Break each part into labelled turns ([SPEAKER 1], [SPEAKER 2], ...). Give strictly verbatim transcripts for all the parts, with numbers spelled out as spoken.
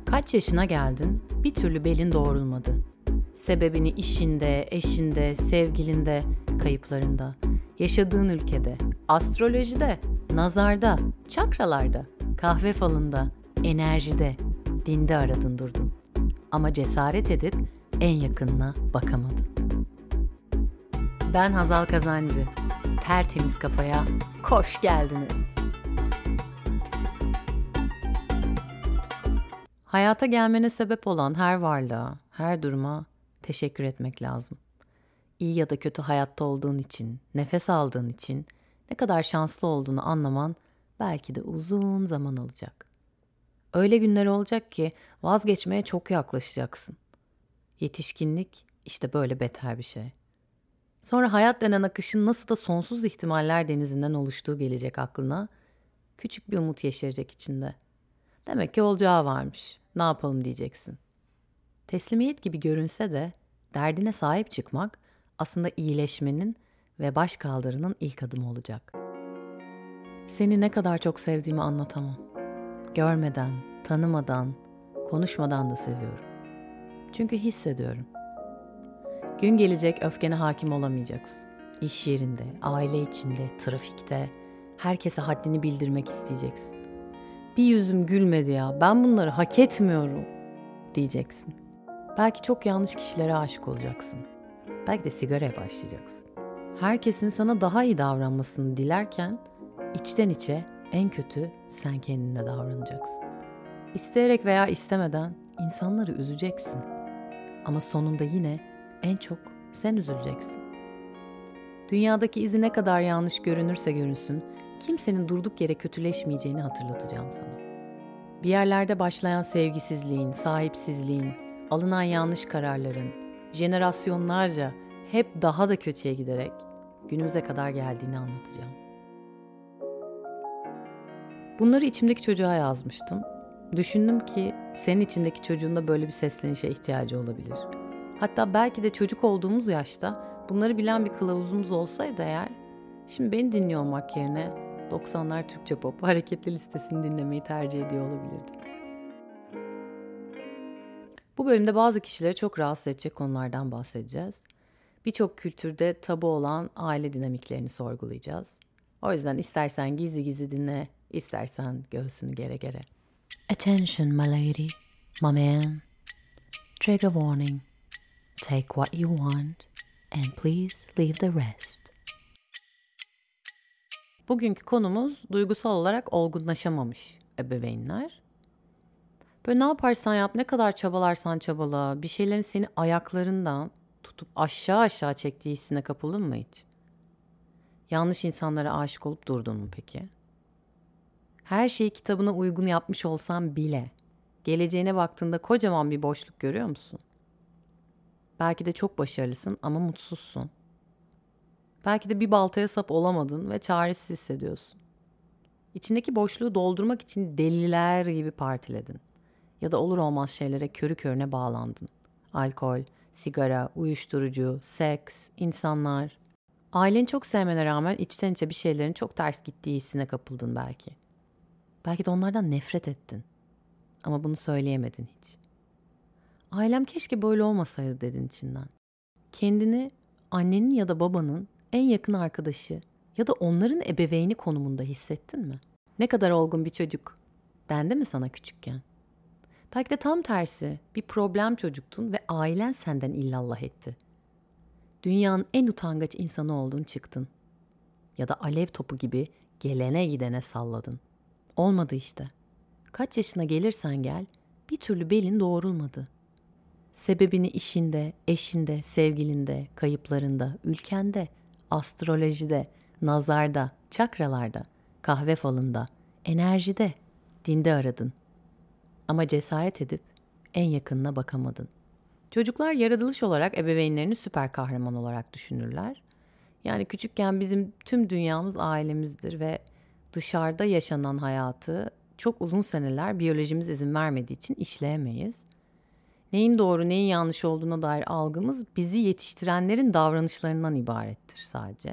[SPEAKER 1] Kaç yaşına geldin, bir türlü belin doğrulmadı. Sebebini işinde, eşinde, sevgilinde, kayıplarında, yaşadığın ülkede, astrolojide, nazarda, çakralarda, kahve falında, enerjide, dinde aradın durdun. Ama cesaret edip en yakınına bakamadın. Ben Hazal Kazancı. Tertemiz kafaya hoş geldiniz. Hayata gelmene sebep olan her varlığa, her duruma teşekkür etmek lazım. İyi ya da kötü hayatta olduğun için, nefes aldığın için ne kadar şanslı olduğunu anlaman belki de uzun zaman alacak. Öyle günler olacak ki vazgeçmeye çok yaklaşacaksın. Yetişkinlik işte böyle beter bir şey. Sonra hayat denen akışın nasıl da sonsuz ihtimaller denizinden oluştuğu gelecek aklına. Küçük bir umut yeşerecek içinde. Demek ki olacağı varmış. Ne yapalım diyeceksin. Teslimiyet gibi görünse de derdine sahip çıkmak aslında iyileşmenin ve başkaldırının ilk adımı olacak. Seni ne kadar çok sevdiğimi anlatamam. Görmeden, tanımadan, konuşmadan da seviyorum. Çünkü hissediyorum. Gün gelecek öfkene hakim olamayacaksın. İş yerinde, aile içinde, trafikte, herkese haddini bildirmek isteyeceksin. Bir yüzüm gülmedi ya, ben bunları hak etmiyorum diyeceksin. Belki çok yanlış kişilere aşık olacaksın. Belki de sigaraya başlayacaksın. Herkesin sana daha iyi davranmasını dilerken içten içe en kötü sen kendine davranacaksın. İsteyerek veya istemeden insanları üzeceksin. Ama sonunda yine en çok sen üzüleceksin. Dünyadaki izi ne kadar yanlış görünürse görünsün, kimsenin durduk yere kötüleşmeyeceğini hatırlatacağım sana. Bir yerlerde başlayan sevgisizliğin, sahipsizliğin, alınan yanlış kararların, jenerasyonlarca hep daha da kötüye giderek günümüze kadar geldiğini anlatacağım. Bunları içimdeki çocuğa yazmıştım. Düşündüm ki senin içindeki çocuğun da böyle bir seslenişe ihtiyacı olabilir. Hatta belki de çocuk olduğumuz yaşta bunları bilen bir kılavuzumuz olsaydı eğer, şimdi beni dinliyor olmak yerine doksanlar Türkçe pop hareketli listesini dinlemeyi tercih ediyor olabilirdim. Bu bölümde bazı kişileri çok rahatsız edecek konulardan bahsedeceğiz. Birçok kültürde tabu olan aile dinamiklerini sorgulayacağız. O yüzden istersen gizli gizli dinle, istersen göğsünü gere gere. Attention my lady, my man. Trigger warning. Take what you want and please leave the rest. Bugünkü konumuz duygusal olarak olgunlaşamamış ebeveynler. Böyle ne yaparsan yap, ne kadar çabalarsan çabala, bir şeylerin seni ayaklarından tutup aşağı aşağı çektiği hissine kapıldın mı hiç? Yanlış insanlara aşık olup durdun mu peki? Her şeyi kitabına uygun yapmış olsan bile geleceğine baktığında kocaman bir boşluk görüyor musun? Belki de çok başarılısın ama mutsuzsun. Belki de bir baltaya sap olamadın ve çaresiz hissediyorsun. İçindeki boşluğu doldurmak için deliler gibi partiledin. Ya da olur olmaz şeylere körü körüne bağlandın. Alkol, sigara, uyuşturucu, seks, insanlar. Aileni çok sevmene rağmen içten içe bir şeylerin çok ters gittiği hissine kapıldın belki. Belki de onlardan nefret ettin. Ama bunu söyleyemedin hiç. Ailem keşke böyle olmasaydı dedin içinden. Kendini annenin ya da babanın en yakın arkadaşı ya da onların ebeveyni konumunda hissettin mi? Ne kadar olgun bir çocuk dendi mi sana küçükken? Belki de tam tersi bir problem çocuktun ve ailen senden illallah etti. Dünyanın en utangaç insanı oldun çıktın. Ya da alev topu gibi gelene gidene salladın. Olmadı işte. Kaç yaşına gelirsen gel bir türlü belin doğrulmadı. Sebebini işinde, eşinde, sevgilinde, kayıplarında, ülkende, astrolojide, nazarda, çakralarda, kahve falında, enerjide, dinde aradın. Ama cesaret edip en yakınına bakamadın. Çocuklar yaratılış olarak ebeveynlerini süper kahraman olarak düşünürler. Yani küçükken bizim tüm dünyamız ailemizdir ve dışarıda yaşanan hayatı çok uzun seneler biyolojimiz izin vermediği için işleyemeyiz. Neyin doğru, neyin yanlış olduğuna dair algımız bizi yetiştirenlerin davranışlarından ibarettir sadece.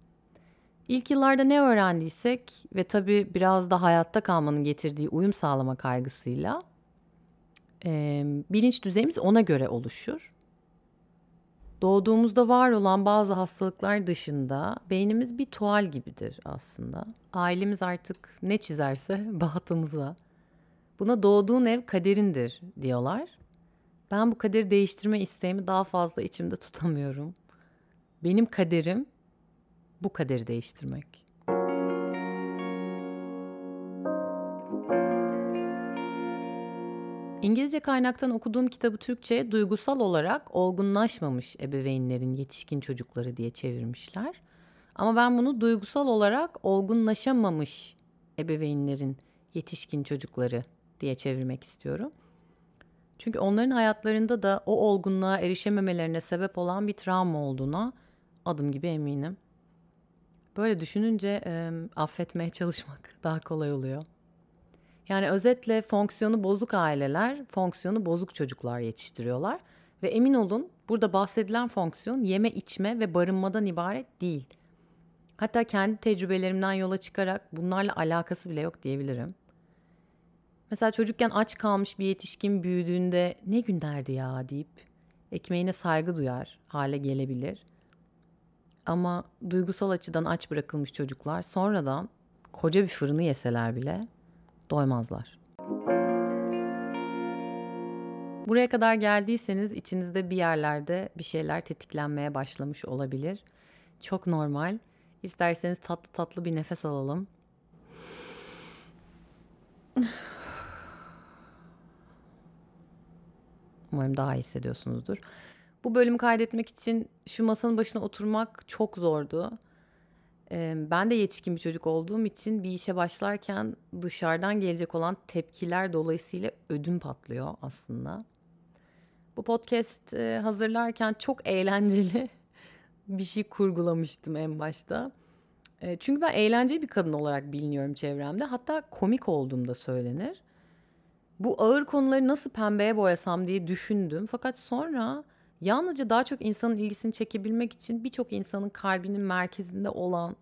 [SPEAKER 1] İlk yıllarda ne öğrendiysek ve tabii biraz da hayatta kalmanın getirdiği uyum sağlama kaygısıyla Ee, bilinç düzeyimiz ona göre oluşur. Doğduğumuzda var olan bazı hastalıklar dışında beynimiz bir tuval gibidir aslında. Ailemiz artık ne çizerse bahtımıza. Buna doğduğun ev kaderindir diyorlar. Ben bu kaderi değiştirme isteğimi daha fazla içimde tutamıyorum. Benim kaderim bu kaderi değiştirmek. İngilizce kaynaktan okuduğum kitabı Türkçe'ye duygusal olarak olgunlaşmamış ebeveynlerin yetişkin çocukları diye çevirmişler. Ama ben bunu duygusal olarak olgunlaşamamış ebeveynlerin yetişkin çocukları diye çevirmek istiyorum. Çünkü onların hayatlarında da o olgunluğa erişememelerine sebep olan bir travma olduğuna adım gibi eminim. Böyle düşününce e, affetmeye çalışmak daha kolay oluyor. Yani özetle fonksiyonu bozuk aileler, fonksiyonu bozuk çocuklar yetiştiriyorlar. Ve emin olun burada bahsedilen fonksiyon yeme, içme ve barınmadan ibaret değil. Hatta kendi tecrübelerimden yola çıkarak bunlarla alakası bile yok diyebilirim. Mesela çocukken aç kalmış bir yetişkin büyüdüğünde ne günlerdi ya deyip ekmeğine saygı duyar hale gelebilir. Ama duygusal açıdan aç bırakılmış çocuklar sonradan koca bir fırını yeseler bile doymazlar. Buraya kadar geldiyseniz içinizde bir yerlerde bir şeyler tetiklenmeye başlamış olabilir. Çok normal. İsterseniz tatlı tatlı bir nefes alalım. Umarım daha iyi hissediyorsunuzdur. Bu bölümü kaydetmek için şu masanın başına oturmak çok zordu. Ee, ben de yetişkin bir çocuk olduğum için bir işe başlarken dışarıdan gelecek olan tepkiler dolayısıyla ödüm patlıyor aslında. Bu podcast e, hazırlarken çok eğlenceli bir şey kurgulamıştım en başta. E, çünkü ben eğlenceli bir kadın olarak biliniyorum çevremde. Hatta komik olduğum da söylenir. Bu ağır konuları nasıl pembeye boyasam diye düşündüm. Fakat sonra yalnızca daha çok insanın ilgisini çekebilmek için birçok insanın kalbinin merkezinde olan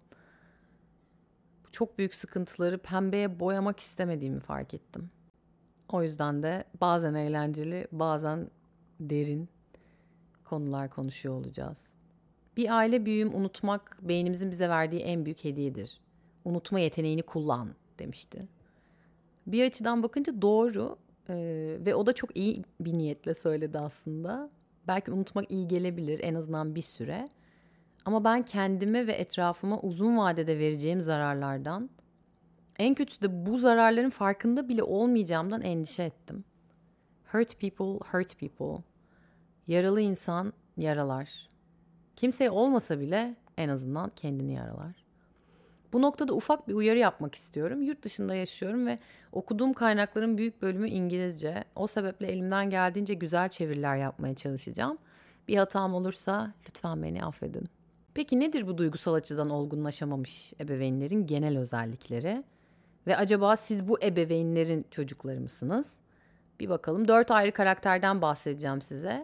[SPEAKER 1] çok büyük sıkıntıları pembeye boyamak istemediğimi fark ettim. O yüzden de bazen eğlenceli, bazen derin konular konuşuyor olacağız. Bir aile büyüğüm unutmak beynimizin bize verdiği en büyük hediyedir. Unutma yeteneğini kullan demişti. Bir açıdan bakınca doğru ee, ve o da çok iyi bir niyetle söyledi aslında. Belki unutmak iyi gelebilir en azından bir süre. Ama ben kendime ve etrafıma uzun vadede vereceğim zararlardan, en kötüsü de bu zararların farkında bile olmayacağımdan endişe ettim. Hurt people, hurt people. Yaralı insan yaralar. Kimseye olmasa bile en azından kendini yaralar. Bu noktada ufak bir uyarı yapmak istiyorum. Yurt dışında yaşıyorum ve okuduğum kaynakların büyük bölümü İngilizce. O sebeple elimden geldiğince güzel çeviriler yapmaya çalışacağım. Bir hatam olursa lütfen beni affedin. Peki nedir bu duygusal açıdan olgunlaşamamış ebeveynlerin genel özellikleri? Ve acaba siz bu ebeveynlerin çocukları mısınız? Bir bakalım. Dört ayrı karakterden bahsedeceğim size.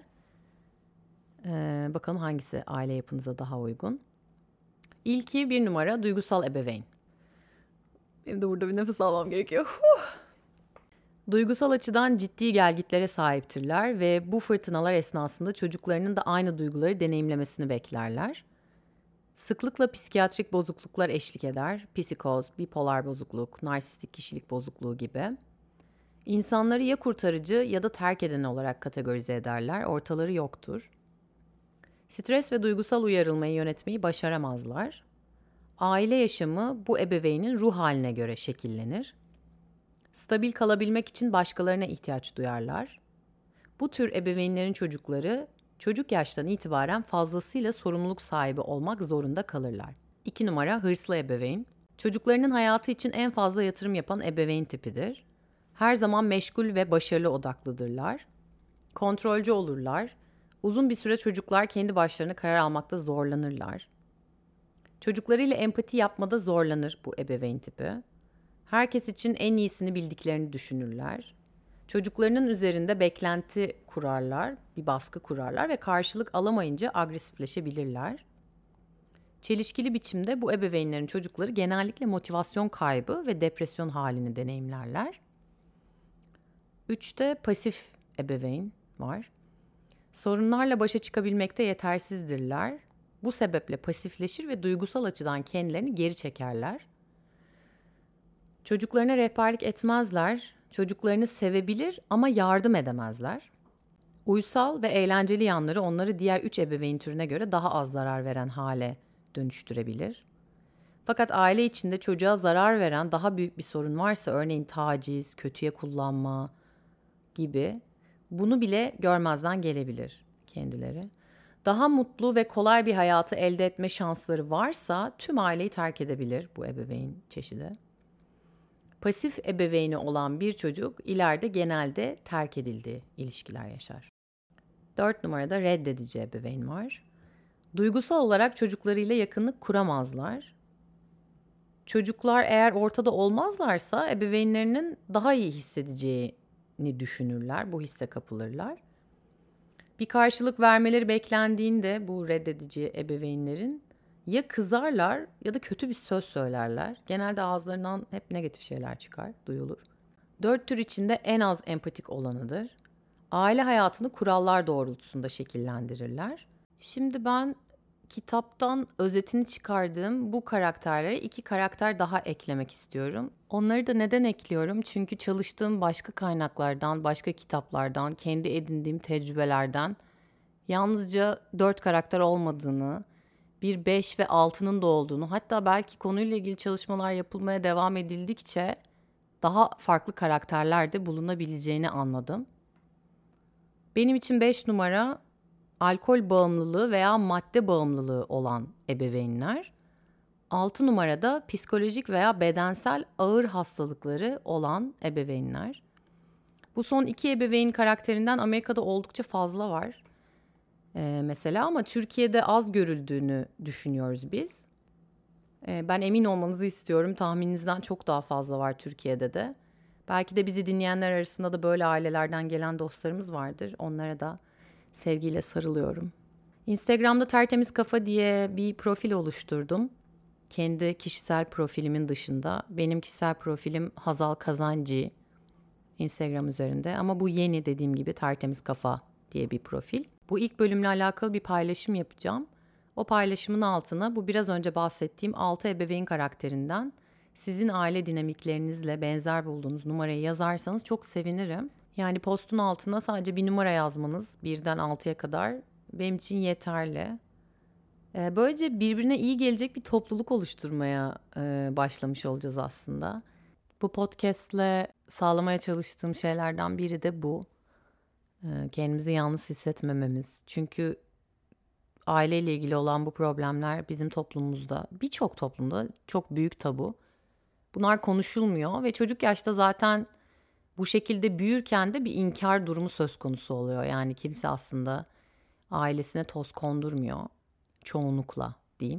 [SPEAKER 1] Ee, bakalım hangisi aile yapınıza daha uygun. İlki bir numara duygusal ebeveyn. Benim de burada bir nefes almam gerekiyor. Huh. Duygusal açıdan ciddi gelgitlere sahiptirler ve bu fırtınalar esnasında çocuklarının da aynı duyguları deneyimlemesini beklerler. Sıklıkla psikiyatrik bozukluklar eşlik eder. Psikoz, bipolar bozukluk, narsistik kişilik bozukluğu gibi. İnsanları ya kurtarıcı ya da terk eden olarak kategorize ederler. Ortaları yoktur. Stres ve duygusal uyarılmayı yönetmeyi başaramazlar. Aile yaşamı bu ebeveynin ruh haline göre şekillenir. Stabil kalabilmek için başkalarına ihtiyaç duyarlar. Bu tür ebeveynlerin çocukları çocuk yaştan itibaren fazlasıyla sorumluluk sahibi olmak zorunda kalırlar. İki numara hırslı ebeveyn. Çocuklarının hayatı için en fazla yatırım yapan ebeveyn tipidir. Her zaman meşgul ve başarılı odaklıdırlar. Kontrolcü olurlar. Uzun bir süre çocuklar kendi başlarına karar almakta zorlanırlar. Çocuklarıyla empati yapmada zorlanır bu ebeveyn tipi. Herkes için en iyisini bildiklerini düşünürler. Çocuklarının üzerinde beklenti kurarlar, bir baskı kurarlar ve karşılık alamayınca agresifleşebilirler. Çelişkili biçimde bu ebeveynlerin çocukları genellikle motivasyon kaybı ve depresyon halini deneyimlerler. Üçte pasif ebeveyn var. Sorunlarla başa çıkabilmekte yetersizdirler. Bu sebeple pasifleşir ve duygusal açıdan kendilerini geri çekerler. Çocuklarına rehberlik etmezler. Çocuklarını sevebilir ama yardım edemezler. Uysal ve eğlenceli yanları onları diğer üç ebeveyn türüne göre daha az zarar veren hale dönüştürebilir. Fakat aile içinde çocuğa zarar veren daha büyük bir sorun varsa, örneğin taciz, kötüye kullanma gibi, bunu bile görmezden gelebilir kendileri. Daha mutlu ve kolay bir hayatı elde etme şansları varsa tüm aileyi terk edebilir bu ebeveyn çeşidi. Pasif ebeveyni olan bir çocuk ileride genelde terk edildiği ilişkiler yaşar. Dört numarada reddedici ebeveyn var. Duygusal olarak çocuklarıyla yakınlık kuramazlar. Çocuklar eğer ortada olmazlarsa ebeveynlerinin daha iyi hissedeceğini düşünürler, bu hisse kapılırlar. Bir karşılık vermeleri beklendiğinde bu reddedici ebeveynlerin ya kızarlar ya da kötü bir söz söylerler. Genelde ağızlarından hep negatif şeyler çıkar, duyulur. Dört tür içinde en az empatik olanıdır. Aile hayatını kurallar doğrultusunda şekillendirirler. Şimdi ben kitaptan özetini çıkardığım bu karakterlere iki karakter daha eklemek istiyorum. Onları da neden ekliyorum? Çünkü çalıştığım başka kaynaklardan, başka kitaplardan, kendi edindiğim tecrübelerden yalnızca dört karakter olmadığını, bir beş ve altının da olduğunu, hatta belki konuyla ilgili çalışmalar yapılmaya devam edildikçe daha farklı karakterler de bulunabileceğini anladım. Benim için beş numara alkol bağımlılığı veya madde bağımlılığı olan ebeveynler. altı numarada psikolojik veya bedensel ağır hastalıkları olan ebeveynler. Bu son iki ebeveyn karakterinden Amerika'da oldukça fazla var. Ee, mesela ama Türkiye'de az görüldüğünü düşünüyoruz biz. Ee, ben emin olmanızı istiyorum. Tahmininizden çok daha fazla var Türkiye'de de. Belki de bizi dinleyenler arasında da böyle ailelerden gelen dostlarımız vardır. Onlara da sevgiyle sarılıyorum. Instagram'da Tertemiz Kafa diye bir profil oluşturdum. Kendi kişisel profilimin dışında. Benim kişisel profilim Hazal Kazancı Instagram üzerinde. Ama bu yeni, dediğim gibi, Tertemiz Kafa diye bir profil. Bu ilk bölümle alakalı bir paylaşım yapacağım. O paylaşımın altına bu biraz önce bahsettiğim altı ebeveyn karakterinden sizin aile dinamiklerinizle benzer bulduğunuz numarayı yazarsanız çok sevinirim. Yani postun altına sadece bir numara yazmanız, birden altıya kadar, benim için yeterli. Ee, böylece birbirine iyi gelecek bir topluluk oluşturmaya e, başlamış olacağız aslında. Bu podcastle sağlamaya çalıştığım şeylerden biri de bu. Ee, kendimizi yalnız hissetmememiz. Çünkü aileyle ilgili olan bu problemler bizim toplumumuzda, birçok toplumda çok büyük tabu. Bunlar konuşulmuyor ve çocuk yaşta zaten bu şekilde büyürken de bir inkar durumu söz konusu oluyor. Yani kimse aslında ailesine toz kondurmuyor. Çoğunlukla diyeyim.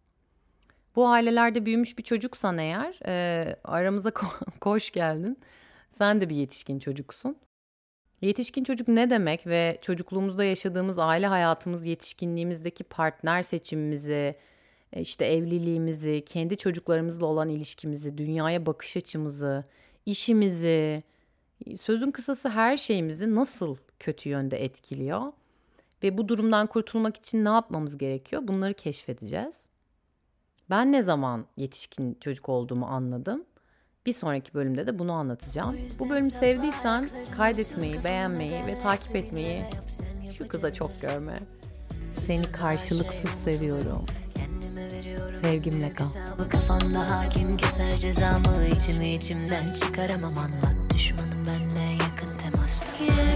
[SPEAKER 1] Bu ailelerde büyümüş bir çocuksan eğer e, aramıza ko- hoş geldin. Sen de bir yetişkin çocuksun. Yetişkin çocuk ne demek ve çocukluğumuzda yaşadığımız aile hayatımız, yetişkinliğimizdeki partner seçimimizi, işte evliliğimizi, kendi çocuklarımızla olan ilişkimizi, dünyaya bakış açımızı, işimizi, sözün kısası her şeyimizi nasıl kötü yönde etkiliyor? Ve bu durumdan kurtulmak için ne yapmamız gerekiyor? Bunları keşfedeceğiz. Ben ne zaman yetişkin çocuk olduğumu anladım. Bir sonraki bölümde de bunu anlatacağım. Bu bölümü sevdiysen kaydetmeyi, beğenmeyi ve takip etmeyi, şu kıza çok görme. Seni karşılıksız seviyorum. Sevgimle kal.
[SPEAKER 2] Kafamda hakim keser cezamı, içimi içimden çıkaramam, anlat düşmanım benle yakın temasta. Yeah.